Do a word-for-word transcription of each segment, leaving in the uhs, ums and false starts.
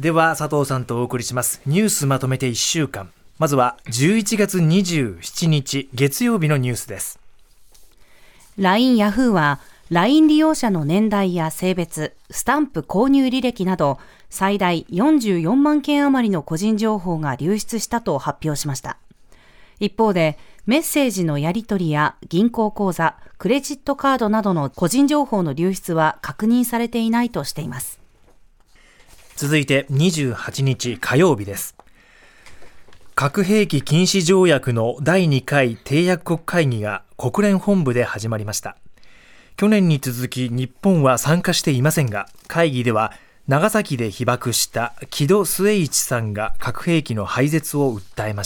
では佐藤さんとお送りしますニュースまとめていっしゅうかん。まずはじゅういちがつにじゅうしちにち月曜日のニュースです。 ライン ヤフーは ライン 利用者の年代や性別、スタンプ購入履歴など最大よんじゅうよんまんけん余りの個人情報が流出したと発表しました。一方でメッセージのやり取りや銀行口座、クレジットカードなどの個人情報の流出は確認されていないとしています。 続いてにじゅうはちにち火曜日です。核兵器禁止条約のだいにかい締約国会議が国連本部で始まりました。去年に続き日本は参加していませんが、会議では長崎で被爆した木戸季市さんが核兵器の廃絶を訴えました。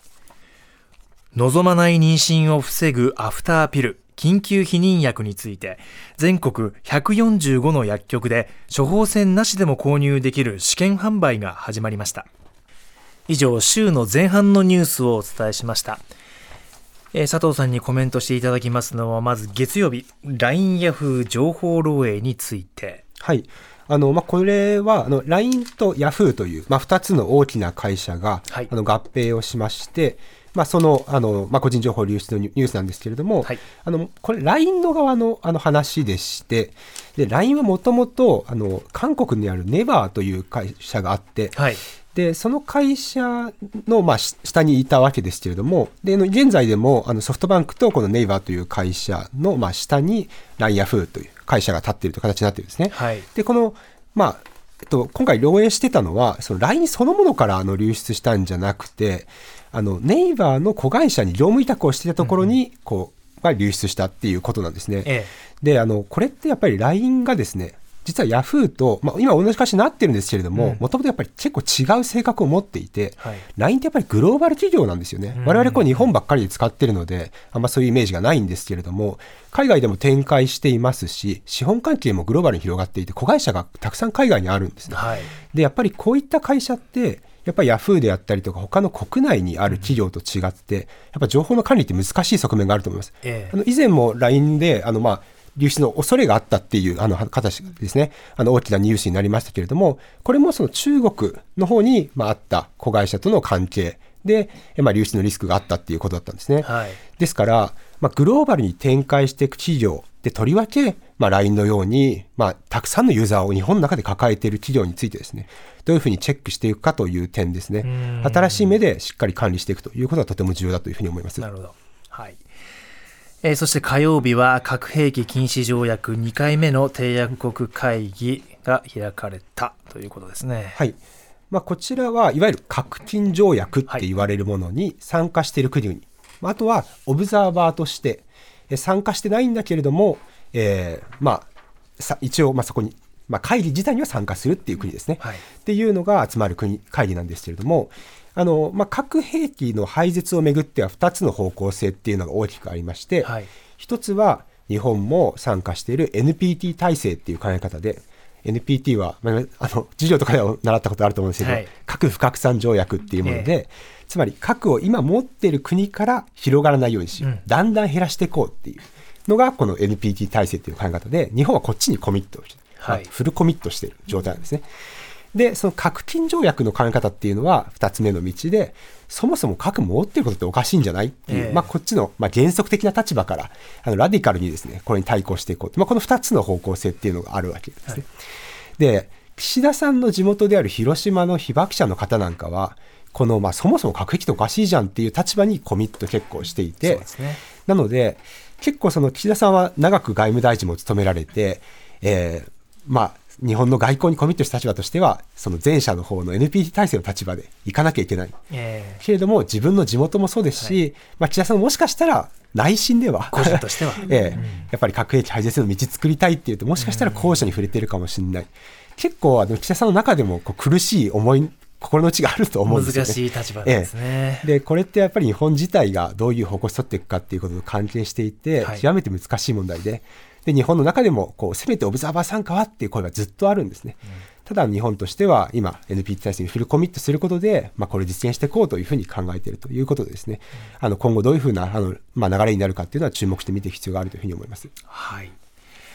望まない妊娠を防ぐアフターピル、緊急避妊薬について全国ひゃくよんじゅうごの薬局で処方箋なしでも購入できる試験販売が始まりました。以上、週の前半のニュースをお伝えしました。えー、佐藤さんにコメントしていただきますのは、まず月曜日 ライン ヤフー情報漏洩について。 はい、あのまあ、これはあの ライン と ヤフー という、まあ、ふたつの大きな会社が、はい、あの合併をしまして、まあ、その、あの、まあ、個人情報流出のニュースなんですけれども、はい、あのこれ ライン の側の、あの話でして、で ライン はもともとあの韓国にあるネバーという会社があって、はい、でその会社の、まあ、下にいたわけですけれども、で現在でもあのソフトバンクとこのネイバーという会社の、まあ、下に ライン ヤフーという会社が立っているという形になっているんですね。はい、でこの、まあえっと、今回漏洩してたのはその ライン そのものからあの流出したんじゃなくて、あのネイバーの子会社に業務委託をしていたところにこう、まあ、流出したっていうことなんですね。ええ、であのこれってやっぱり ライン がですね、実は ヤフー と、まあ、今同じ会社になってるんですけれども、もともとやっぱり結構違う性格を持っていて、はい、ライン ってやっぱりグローバル企業なんですよね。我々こう日本ばっかりで使ってるのであんまそういうイメージがないんですけれども、海外でも展開していますし、資本関係もグローバルに広がっていて子会社がたくさん海外にあるんですね。はい、でやっぱりこういった会社ってやっぱり ヤフー であったりとか他の国内にある企業と違って、やっぱ情報の管理って難しい側面があると思います。えー、あの以前も ライン であのまあ流出の恐れがあったっていうあの形ですね、あの大きなニュースになりましたけれども、これもその中国の方に、まあ、あった子会社との関係で、まあ、流出のリスクがあったっていうことだったんですね。はい、ですから、まあ、グローバルに展開していく企業でとりわけ、まあ、ライン のように、まあ、たくさんのユーザーを日本の中で抱えている企業についてですね、どういうふうにチェックしていくかという点ですね、新しい目でしっかり管理していくということがとても重要だというふうに思います。 なるほど。はい、えー、そして火曜日は核兵器禁止条約にかいめの締約国会議が開かれたということですね。 はい、まあ、こちらはいわゆる核禁条約って言われるものに参加している国々、はい、あとはオブザーバーとして参加してないんだけれども、えーまあ、一応まあそこに、まあ、会議自体には参加するっていう国ですね、はい、っていうのが集まる国会議なんですけれども、あのまあ、核兵器の廃絶をめぐってはふたつの方向性っていうのが大きくありまして、はい、ひとつは日本も参加している エヌピーティー 体制っていう考え方で、 エヌピーティー は、まあ、あの授業とかでは習ったことあると思うんですけど、はい、核不拡散条約っていうもので、えー、つまり核を今持っている国から広がらないようにし、うん、だんだん減らしていこうっていうのがこの エヌピーティー 体制っていう考え方で、日本はこっちにコミットして、はい、まあ、フルコミットしている状態なんですね。でその核禁条約の考え方っていうのはふたつめの道で、そもそも核持ってることっておかしいんじゃないっていう、えーまあ、こっちの、まあ、原則的な立場からあのラディカルにですねこれに対抗していこうと、まあ、このふたつの方向性っていうのがあるわけですね。はい、で岸田さんの地元である広島の被爆者の方なんかはこの、まあ、そもそも核兵器っておかしいじゃんっていう立場にコミット結構していて、そうですね、なので結構その岸田さんは長く外務大臣も務められて、えー、まあ日本の外交にコミットした立場としてはその前者の方の エヌピーティー 体制の立場で行かなきゃいけない、えー、けれども自分の地元もそうですし、はい、まあ、岸田さんももしかしたら内心では個人としては、 えーうん、やっぱり核兵器廃絶の道作りたいっていうともしかしたら後者に触れているかもしれない、うん、結構あの岸田さんの中でもこう苦しい思い心の内があると思うんですよね。 難しい立場ですね。 ええ、でこれってやっぱり日本自体がどういう方向に沿っていくかっていうことと関係していて、はい、極めて難しい問題で、で日本の中でもこうせめてオブザーバー参加はっていう声がずっとあるんですね。うん、ただ日本としては今 エヌピーティー 体制にフルコミットすることで、まあ、これを実現していこうというふうに考えているということでですね、うん、あの今後どういうふうなあの、まあ、流れになるかっていうのは注目して見ていく必要があるというふうに思います。 はい、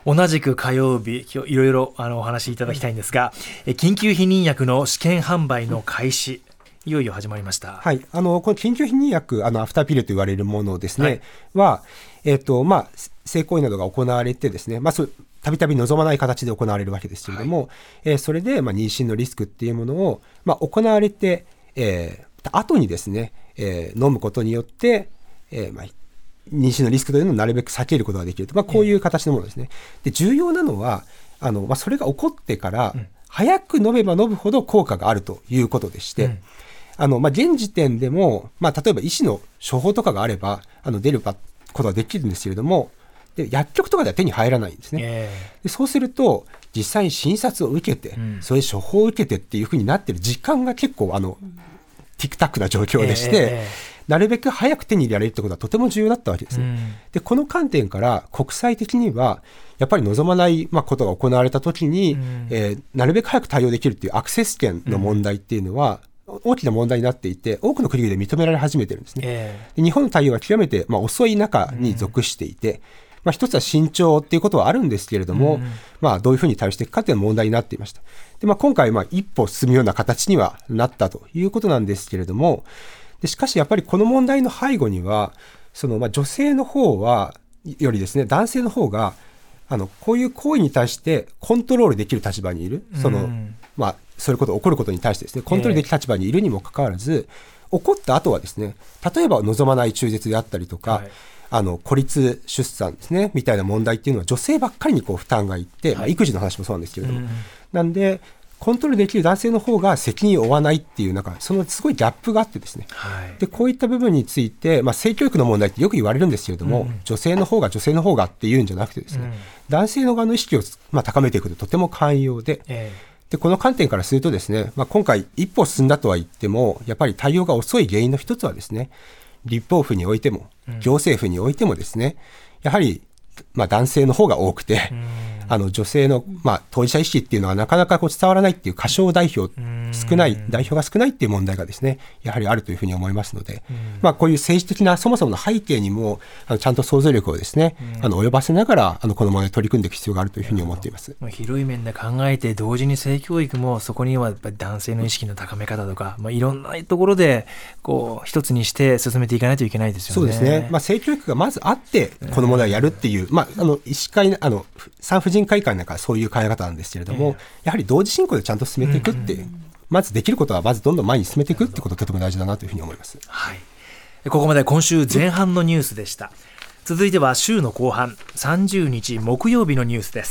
同じく火曜日、今日いろいろあのお話しいただきたいんですが、緊急避妊薬の試験販売の開始、いよいよ始まりました。 はい、あのこの緊急避妊薬、あのアフターピルと言われるものですね、はい、は、えーとまあ、性行為などが行われてですね、まあ、そうたびたび望まない形で行われるわけですけれども、はい、えー、それで、まあ、妊娠のリスクっていうものを、まあ、行われて、えー、後にですね、えー、飲むことによって、えーまあ、妊娠のリスクというのをなるべく避けることができると、まあ、こういう形のものですね。で、重要なのはあの、まあ、それが起こってから、うん、早く飲めば飲むほど効果があるということでして、うん、あのまあ、現時点でも、まあ、例えば医師の処方とかがあればあの出ることができるんですけれども、で薬局とかでは手に入らないんですね、えー、でそうすると実際に診察を受けて、うん、そういう処方を受けてっていうふうになっている時間が結構あのティックタックな状況でして、えーなるべく早く手に入れられるということはとても重要だったわけですね、うん、でこの観点から国際的にはやっぱり望まない、まあ、ことが行われたときに、うんえー、なるべく早く対応できるというアクセス権の問題っていうのは、うん、大きな問題になっていて多くの国々で認められ始めてるんですね、えー、で日本の対応は極めて、まあ、遅い中に属していて、うんまあ、一つは慎重っていうことはあるんですけれども、うんまあ、どういうふうに対応していくかというのは問題になっていました。で、まあ、今回まあ一歩進むような形にはなったということなんですけれども、でしかしやっぱりこの問題の背後にはそのまあ女性の方はよりですね男性の方があのこういう行為に対してコントロールできる立場にいる、その、まあ、そういうことが起こることに対してですねコントロールできる立場にいるにもかかわらず、えー、起こった後はですね例えば望まない中絶であったりとか、はい、あの孤立出産ですねみたいな問題っていうのは女性ばっかりにこう負担がいって、はいまあ、育児の話もそうなんですけれども、うん、なんでコントロールできる男性の方が責任を負わないっていうなんかそのすごいギャップがあってですね、はい、でこういった部分について、まあ、性教育の問題ってよく言われるんですけれども、うん、女性の方が女性の方がっていうんじゃなくてですね、うん、男性の側の意識を、まあ、高めていくととても寛容で、えー、でこの観点からするとですね、まあ、今回一歩進んだとは言ってもやっぱり対応が遅い原因の一つはですね立法府においても行政府においてもですね、うん、やはりまあ、男性の方が多くて、あの女性の、まあ、当事者意識っていうのはなかなかこう伝わらないっていう過小代表少ない代表が少ないっていう問題がですねやはりあるというふうに思いますので、まあ、こういう政治的なそもそもの背景にもあのちゃんと想像力をですねあの及ばせながらあのこの問題に取り組んでいく必要があるというふうに思っています。 広い面で考えて同時に性教育もそこにはやっぱり男性の意識の高め方とか、まあ、いろんなところでこう一つにして進めていかないといけないですよね。 そうですね、まあ、性教育がまずあってこの問題をやるっていう、まあ、あの医師会あの産婦人科医会なんかそういう考え方なんですけれども、えー、やはり同時進行でちゃんと進めていくって、うんうん、まずできることはまずどんどん前に進めていくってことがとても大事だなというふうに思います、 はい、ここまで今週前半のニュースでした。続いては週の後半さんじゅうにち木曜日のニュースです。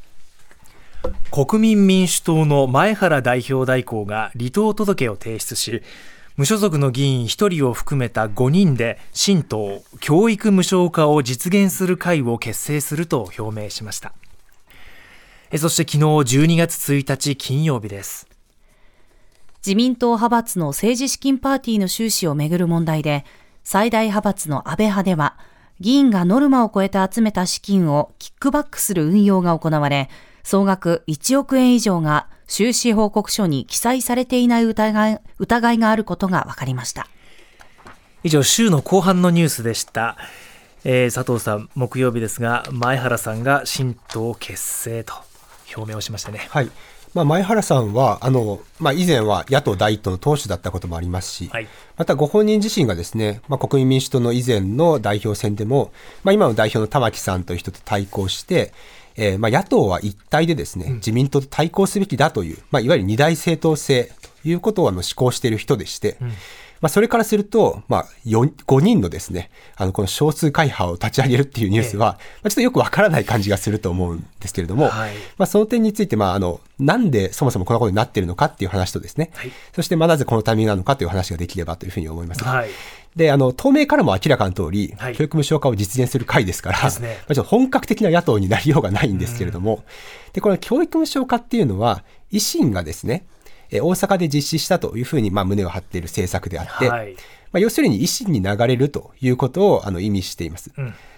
国民民主党の前原代表代行が離党届を提出し無所属の議員ひとりを含めたごにんで新党教育無償化を実現する会を結成すると表明しました。そして昨日じゅうにがつついたち金曜日です。 自民党派閥の政治資金パーティーの収支をめぐる問題で最大派閥の安倍派では議員がノルマを超えて集めた資金をキックバックする運用が行われ総額いちおくえん以上が収支報告書に記載されていない疑い、疑いがあることが分かりました。 以上週の後半のニュースでした、えー、佐藤さん木曜日ですが前原さんが新党結成と表明をしましたね。 はい、まあ、前原さんはあの、まあ、以前は野党第一党の党首だったこともありますし、はい、またご本人自身がですね、まあ、国民民主党の以前の代表選でも、まあ、今の代表の玉木さんという人と対抗してえーまあ、野党は一体でですね、うん、自民党と対抗すべきだという、まあ、いわゆる二大政党制ということをあの施行している人でして、うんまあ、それからすると、まあ、ごにんのですね、あのこの少数会派を立ち上げるっていうニュースは、ええまあ、ちょっとよくわからない感じがすると思うんですけれども、はいまあ、その点について、まあ、あのなんでそもそもこんなことになっているのかっていう話とですね、はい、そしてまあなぜこのタイミングなのかという話ができればというふうに思います。はいであの党名からも明らかな通り、はい、教育無償化を実現する会ですからです、ねまあ、ちょっと本格的な野党になりようがないんですけれども、でこの教育無償化っていうのは維新がですね大阪で実施したというふうにまあ胸を張っている政策であって、はいまあ、要するに維新に流れるということをあの意味しています、うん、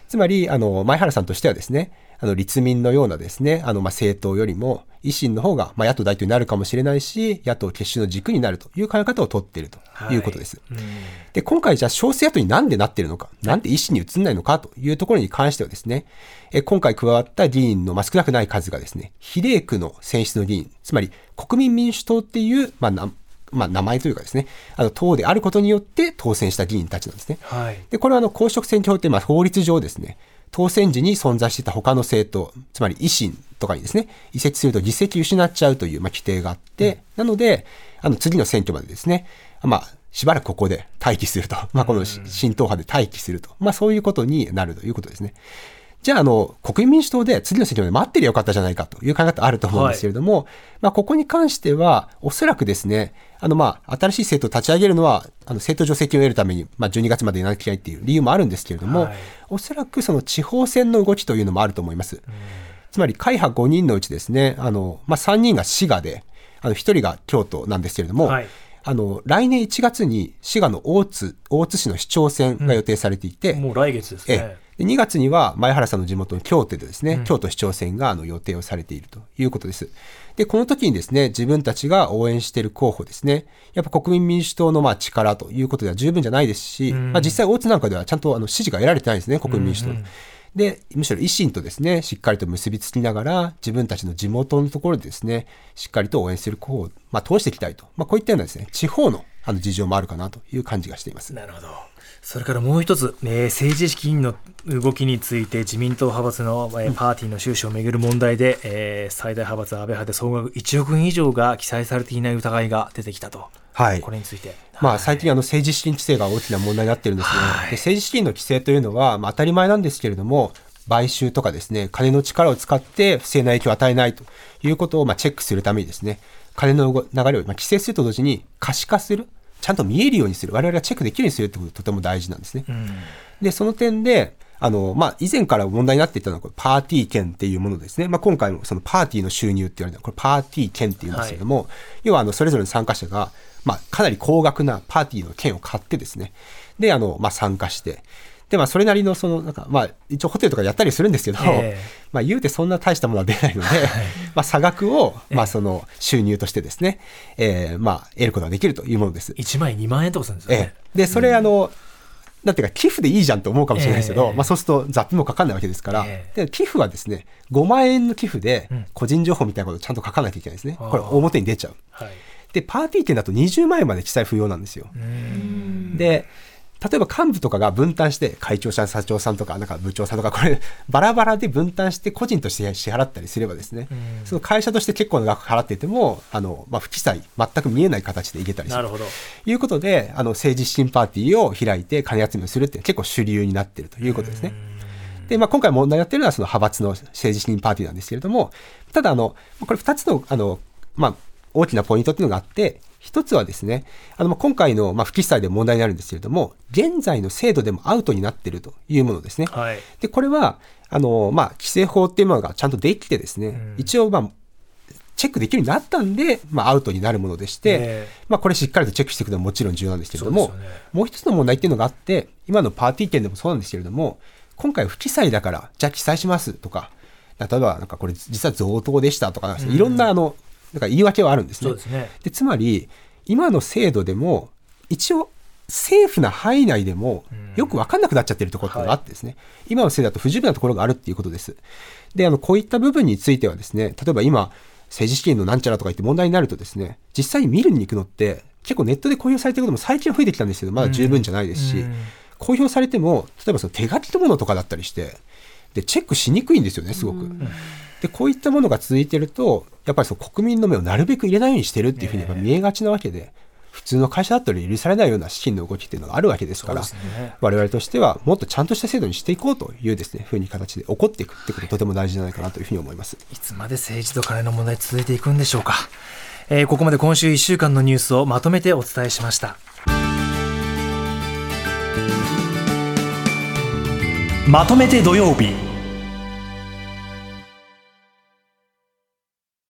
つまり、あの、前原さんとしてはですね、あの、立民のようなですね、あの、まあ、政党よりも、維新の方が、まあ、野党第一党になるかもしれないし、野党結集の軸になるという考え方を取っているということです。はい、で、今回じゃあ小政党になんでなっているのか、なんで維新に移んないのかというところに関してはですね、え今回加わった議員の、まあ、少なくない数がですね、比例区の選出の議員、つまり国民民主党っていう、まあ、なまあ、名前というかですね、あの党であることによって当選した議員たちなんですね。はい、で、これはあの公職選挙法って、まあ、法律上ですね、当選時に存在していた他の政党、つまり維新とかにですね、移籍すると議席失っちゃうという、まあ、規定があって、うん、なので、あの次の選挙までですね、まあ、しばらくここで待機すると、まあ、この新党派で待機すると、まあ、そういうことになるということですね。じゃあ、あの、国民民主党で次の選挙まで待ってりゃよかったじゃないかという考え方あると思うんですけれども、はい、まあ、ここに関しては、おそらくですね、あの、まあ、新しい政党を立ち上げるのは、あの、政党助成金を得るために、まあ、じゅうにがつまでやらなきゃいけないっていう理由もあるんですけれども、はい、おそらくその地方選の動きというのもあると思います。うん、つまり、会派ごにんのうちですね、あの、まあ、さんにんが滋賀で、あの、ひとりが京都なんですけれども、はい、あの、来年いちがつに滋賀の大津、大津市の市長選が予定されていて、 うん、もう来月ですね。 えにがつには前原さんの地元の京都でですね、うん、京都市長選があの予定をされているということです。で、この時にですね、自分たちが応援している候補ですね、やっぱ国民民主党のまあ力ということでは十分じゃないですし、うん、まあ、実際大津なんかではちゃんとあの支持が得られてないんですね、国民民主党。うんうん、で、むしろ維新とですね、しっかりと結びつきながら、自分たちの地元のところでですね、しっかりと応援する候補を、まあ、通していきたいと。まあ、こういったようなですね、地方のあの事情もあるかなという感じがしています。 なるほど。それからもう一つ、えー、政治資金の動きについて自民党派閥の、えー、パーティーの収支をめぐる問題で、えー、最大派閥安倍派で総額いちおくえん以上が記載されていない疑いが出てきたと。はい、これについて、 まあ、最近あの政治資金規正が大きな問題になっているんですね。はい、で政治資金の規正というのは、まあ、当たり前なんですけれども、買収とかですね、金の力を使って不正な影響を与えないということをまあチェックするためにですね、金の流れをまあ規制すると同時に可視化する、ちゃんと見えるようにする、我々がチェックできるようにするということがとても大事なんですね。うん、で、その点で、あの、まあ、以前から問題になっていたのは、これパーティー券っていうものですね。まあ、今回もそのパーティーの収入って言われたこれパーティー券って言うんですけれども、はい、要はあの、それぞれの参加者が、まあ、かなり高額なパーティーの券を買ってですね、で、あの、まあ、参加して、で、まあ、それなりの、その、なんか、まあ、一応ホテルとかやったりするんですけど、えー、まあ、言うてそんな大したものは出ないので、はい、まあ、差額を、まあ、その、収入としてですね、えー、まあ、得ることができるというものです。 いちまんえん、にまんえんとかするんですよね。 えー、で、それ、うん、あの、なんていうか、寄付でいいじゃんと思うかもしれないですけど、えー、まあ、そうすると雑費もかかんないわけですから、えー、で寄付はですね、ごまんえんの寄付で、個人情報みたいなことをちゃんと書かなきゃいけないですね。うん、これ、表に出ちゃう。はい、で、パーティー券だとにじゅうまんえんまで記載不要なんですよ。で、例えば幹部とかが分担して会長さん、社長さんとかなんか部長さんとかこれバラバラで分担して個人として支払ったりすればですね、その会社として結構な額払っていてもあの、まあ、不記載全く見えない形でいけたりする。なるほど。いうことであの政治資金パーティーを開いて金集めをするって結構主流になっているということですね。で、まあ、今回問題になっているのはその派閥の政治資金パーティーなんですけれども、ただあのこれふたつのあの、まあ、大きなポイントっていうのがあって、一つはですね、あの今回のまあ不記載で問題になるんですけれども、現在の制度でもアウトになっているというものですね。はい、でこれはあの、まあ、規制法っていうものがちゃんとできてですね、うん、一応、まあ、チェックできるようになったんで、まあ、アウトになるものでして、えーまあ、これしっかりとチェックしていくのはもちろん重要なんですけれども、ね、もう一つの問題っていうのがあって、今のパーティー券でもそうなんですけれども、今回不記載だからじゃあ記載しますとか、例えばなんかこれ実は贈答でしたとか、いろんなあの、なんか言い訳はあるんですね。そうですね。で、つまり今の制度でも一応セーフな範囲内でもよく分かんなくなっちゃってるところがあってですね、はい、今の制度だと不十分なところがあるっていうことです。で、あのこういった部分についてはですね、例えば今政治資金のなんちゃらとか言って問題になるとですね、実際に見るに行くのって結構ネットで公表されていることも最近は増えてきたんですけど、まだ十分じゃないですし、公表されても例えばその手書きのものとかだったりしてでチェックしにくいんですよね、すごく。でこういったものが続いているとやっぱりその国民の目をなるべく入れないようにしてるっていうふうにやっぱ見えがちなわけで、普通の会社だったら許されないような資金の動きっていうのがあるわけですから、ね、我々としてはもっとちゃんとした制度にしていこうというですね、ふうに形で起こっていくってことがとても大事じゃないかなというふうに思います。 いつまで政治と金の問題続いていくんでしょうか。えー、ここまで今週いっしゅうかんのニュースをまとめてお伝えしました。まとめて土曜日。